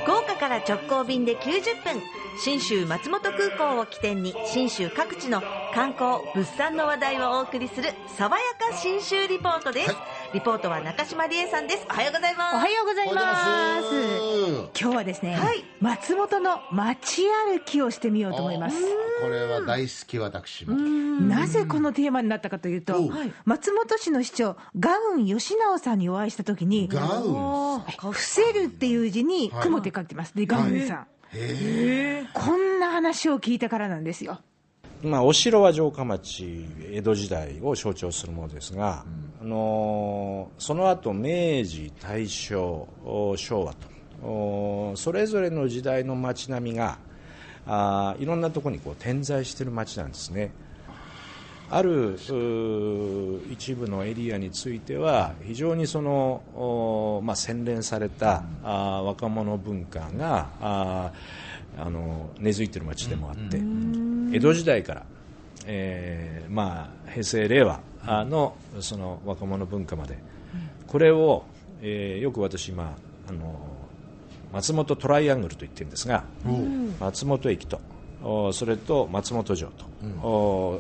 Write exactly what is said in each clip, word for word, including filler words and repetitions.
福岡から直行便できゅうじゅっぷん、信州松本空港を起点に信州各地の観光物産の話題をお送りする爽やか信州リポートです、はい、リポートは中島理恵さんです。おはようございます。 おはようございます。今日はですね、はい、松本の街歩きをしてみようと思います。 これは大好き、私も。 なぜこのテーマになったかというと、松本市の市長ガウン吉直さんにお会いしたときに、 ガウン伏せるっていう字に雲って書いてます、はい、でガウンさん、はい、へこんな話を聞いたからなんですよ。 まあ、お城は城下町、江戸時代を象徴するものですが、うん、あのその後明治大正昭和とそれぞれの時代の街並みがあいろんなところにこう点在している街なんですね。ある一部のエリアについては非常にその、まあ、洗練された、うん、あ若者文化がああの根付いている街でもあって、うん、江戸時代から、えーまあ、平成令和のその若者文化まで、これを、えー、よく私今あの松本トライアングルと言ってるんですが、うん、松本駅とそれと松本城と、うん、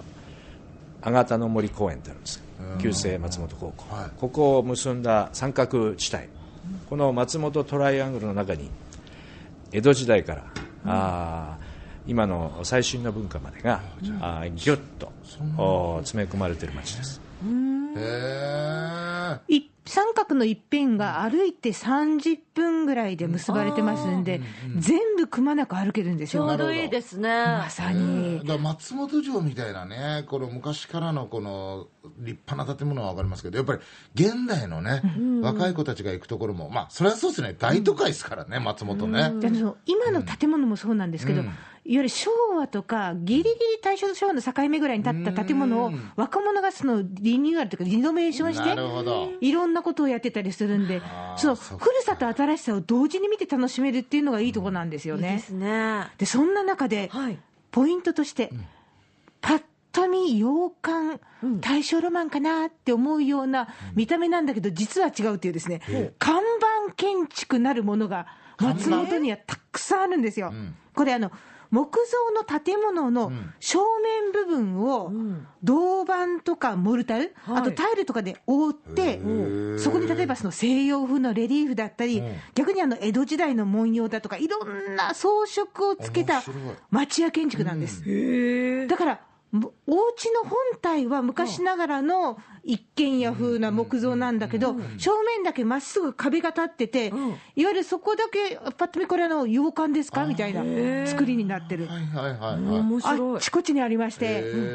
あがたの森公園ってあるんです。旧制松本高校、はい、ここを結んだ三角地帯、この松本トライアングルの中に江戸時代から、うん、あ今の最新の文化までが、うん、あギュッと詰め込まれている街です。 うんへい三角の一辺が歩いてさんじゅっぷんぐらいで結ばれてますんで、うん、全部くまなく歩けるんですよ。 ちょうどいいですね。 まさにだから松本城みたいなね、この昔からのこの立派な建物は分かりますけど、やっぱり現代のね、うん、若い子たちが行くところも、まあそれはそうですね、大都会ですからね、うん、松本ね、うん、 で今の建物もそうなんですけど、うん、いわゆる昭和とかギリギリ大正と昭和の境目ぐらいに建った建物を若者がそのリニューアルというかリノベーションしていろんなことをやってたりするんで、その古さと新しさを同時に見て楽しめるっていうのがいいところなんですよね。 いいですね。 でそんな中で、はい、ポイントとして、うん、パッと見洋館、うん、大正ロマンかなって思うような見た目なんだけど、実は違うっていうですね、うん、看板建築なるものが松本にはたくさんあるんですよ、うん、これあの木造の建物の正面部分を銅板とかモルタル、うん、あとタイルとかで覆って、はい、そこに例えばその西洋風のレリーフだったり、うん、逆にあの江戸時代の文様だとかいろんな装飾をつけた町屋建築なんです、うん、だからお家の本体は昔ながらの一軒家風な木造なんだけど、正面だけまっすぐ壁が立ってて、いわゆるそこだけパッと見これあの洋館ですかみたいな作りになってる、はいはいはいはい、面白い、あっちこっちにありまして、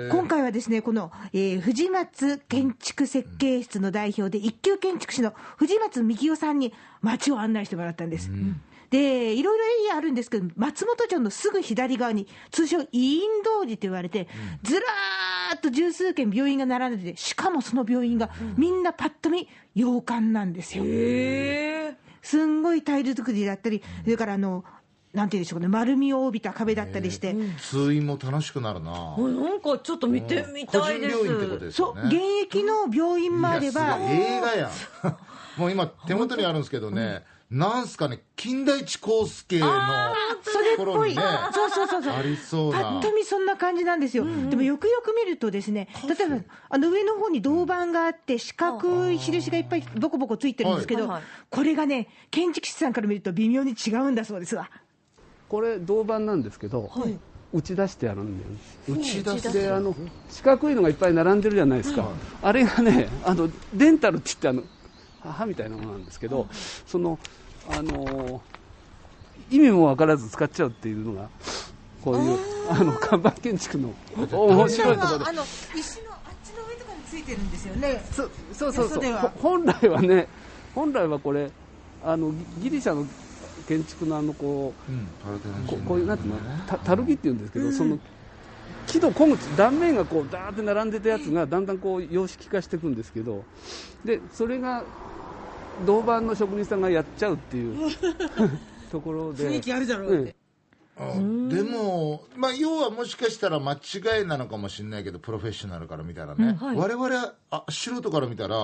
今回はですねこの、えー、藤松建築設計室の代表で一級建築士の藤松幹夫さんに街を案内してもらったんです、うんでいろいろエリアあるんですけど、松本城のすぐ左側に通称医院通りと言われて、うん、ずらーっと十数軒病院が並んでて、しかもその病院がみんなパッと見洋館なんですよ。へー、すんごいタイル作りだったり、それからあのなんていうんでしょうね、丸みを帯びた壁だったりして、うん、 通院も楽しくなるな。 なんかちょっと見てみたいです。 個人病院ってことですよね。 そう、現役の病院までは映画やんもう今手元にあるんですけどね、なんすかね、金田一耕助の頃にね、 そうそうそうそう、 ありそうな、 パッと見そんな感じなんですよ、うんうん、でもよくよく見るとですね、例えばあの上の方に銅板があって四角い印がいっぱいボコボコついてるんですけど、はい、これがね建築士さんから見ると微妙に違うんだそうですわ。 これ銅板なんですけど、はい、打ち出してあるんだよ。 打ち出しであの四角いのがいっぱい並んでるじゃないですか、はい、あれがねあのデンタルって言ってあの歯みたいなものなんですけど、はい、そのあの意味も分からず使っちゃうっていうのがこういうあの看板建築の面白いところで、 あの石のあっちの上とかについてるんですよね。 そそうそうそう、本来はね、本来はこれあのギリシャの建築のあのこう、うん、こ, こういうなんていうの、たたるぎっていうんですけど、うん、その木の小口断面がこうダーって並んでたやつがだんだんこう様式化していくんですけど、でそれが銅板の職人さんがやっちゃうっていうところで雰囲気あるだろうって、 うん、でも、まあ、要はもしかしたら間違いなのかもしれないけど、プロフェッショナルから見たらね、うんはい、我々はあ素人から見たら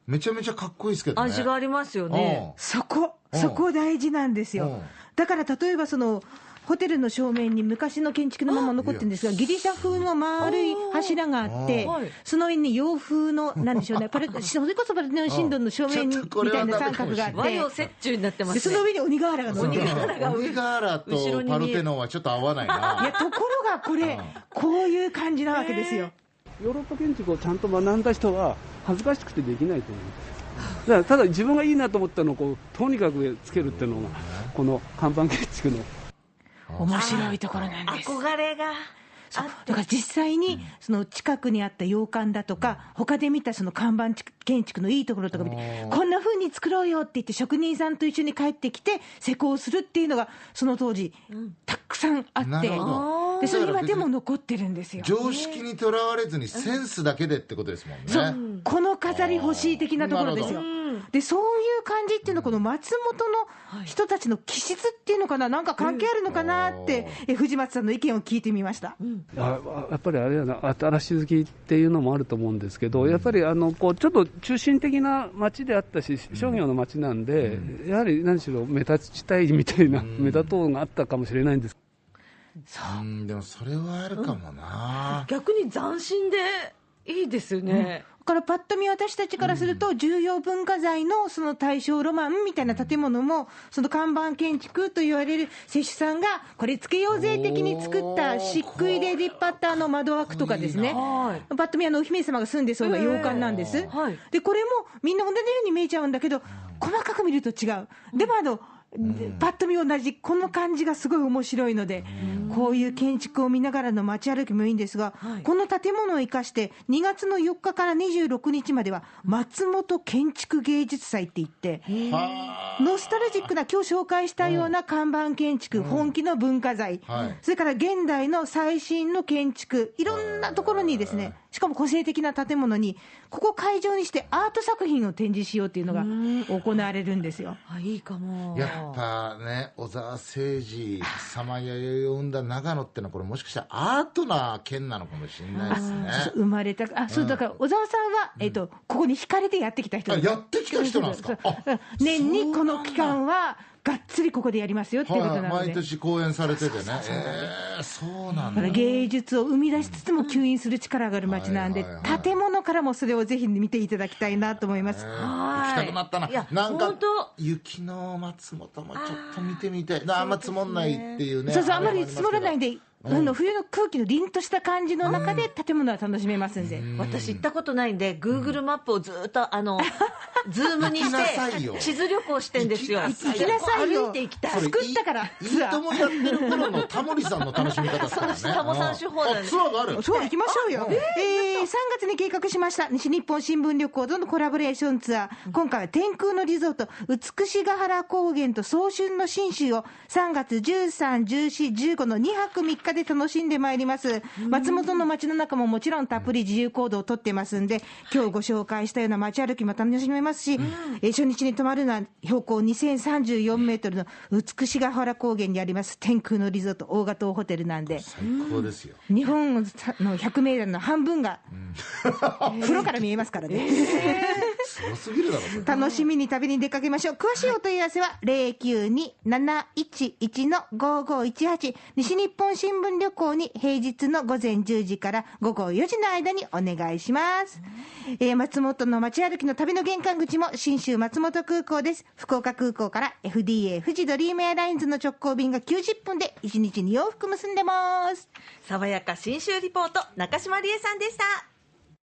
めちゃめちゃかっこいいですけどね。 味がありますよね。 そこそこ大事なんですよ。だから例えばそのホテルの正面に昔の建築のまま残ってるんですが、ギリシャ風の丸い柱があって、その上に洋風のなんでしょうね、パルそれこそパルテノン神殿の正面みたいな三角があって、 和洋折衷になってますね。 その上に鬼瓦が乗ってる。 鬼瓦とパルテノンはちょっと合わないな。 いや、ところがこれこういう感じなわけですよ。 ヨーロッパ建築をちゃんと学んだ人は恥ずかしくてできないと思うんです。だからただ自分がいいなと思ったのをこうとにかくつけるっていうのがこの看板建築の面白いところなんです。 憧れがそうだから実際にその近くにあった洋館だとか、他で見たその看板建築のいいところとか見て、こんな風に作ろうよって言って職人さんと一緒に帰ってきて施工するっていうのがその当時たくさんあって、でそれ今でも残ってるんですよ。 常識にとらわれずにセンスだけでってことですもんね。 そう、この飾り欲しい的なところですよ。でそういう感じっていうのはこの松本の人たちの気質っていうのかな、なんか関係あるのかなって、え藤松さんの意見を聞いてみました。うん、 やっぱりあれやな、新し好きっていうのもあると思うんですけど、やっぱりあのこうちょっと中心的な街であったし、商業の街なんで、うん、やはり何しろ目立ちたいみたいな、うん、目立とうがあったかもしれないんです。 そううんでもそれはあるかもな、 うん、逆に斬新でいいですよね。 うん、だからパッと見私たちからすると重要文化財のその大正ロマンみたいな建物もその看板建築と言われる施主さんがこれつけようぜ的に作った漆喰で立派ったあの窓枠とかですね、パッと見あのお姫様が住んでそうな洋館なんです、えーはい、でこれもみんな同じように見えちゃうんだけど細かく見ると違う。でもあのうん、パッと見同じこの感じがすごい面白いので、うん、こういう建築を見ながらの街歩きもいいんですが、はい、この建物を生かしてにがつのよっかからにじゅうろくにちまでは松本建築芸術祭って言ってノスタルジックな今日紹介したような看板建築、うん、本気の文化財、はい、それから現代の最新の建築、いろんなところにですね、しかも個性的な建物にここ会場にしてアート作品を展示しようというのが行われるんですよ。 あ、いいかも。 やっぱね、小沢誠二様や弥生を生んだ長野ってのはこれもしかしたらアートな県なのかもしれないですね。 生まれたあそうだから小沢さんは、うん、えー、とここに惹かれてやってきた人です。 やってきた人なんですか。 年にこの期間はがっつりここでやりますよっていうことなので、 はい、毎年講演されててね。えー、そうなんだ。 芸術を生み出しつつも吸引する力がある街なんで、うんはいはいはい、建物からもそれをぜひ見ていただきたいなと思います。 行きたくなったな。なんか雪の松本もちょっと見てみたい。あんま積もんないっていうね。 そうそう、あんまり積もらないんで、うん、冬の空気の凛とした感じの中で建物は楽しめますんで、うん、 私行ったことないんで Google マップをずっとあのズームにして地図旅行してんですよ。 行きなさいよ。 歩いて行きたい。 作ったから。 いいともやってる頃のタモリさんの楽しみ方ですからね。 タモさん手法なんで。 ツアーがある。 そう行きましょうよ。えー、さんがつに計画しました西日本新聞旅行とのコラボレーションツアー。今回は天空のリゾート美ヶ原高原と早春の信州をさんがつじゅうさん、じゅうし、じゅうごのにはくみっかで楽しんでまいります。松本の街の中ももちろんたっぷり自由行動をとってますんで、今日ご紹介したような街歩きも楽しめますし、えー、初日に泊まるのは標高にせんさんじゅうよんメートルの美ヶ原高原にあります天空のリゾート大型ホテルなんで、 最高ですよ。 日本のひゃくメートルの半分が、うん、風呂から見えますからね。 すごすぎるだろう。 楽しみに旅に出かけましょう。詳しいお問い合わせは ゼロきゅうに なないちいち ごごいちはち 西日本新聞旅行に平日のごぜんじゅうじからごごよじの間にお願いします。えー、松本の街歩きの旅の玄関口も信州松本空港です。福岡空港から エフディーエー 富士ドリームエアラインズの直行便がきゅうじゅっぷんでいちにちに往復結んでます。 爽やか信州リポート、中島理恵さんでした。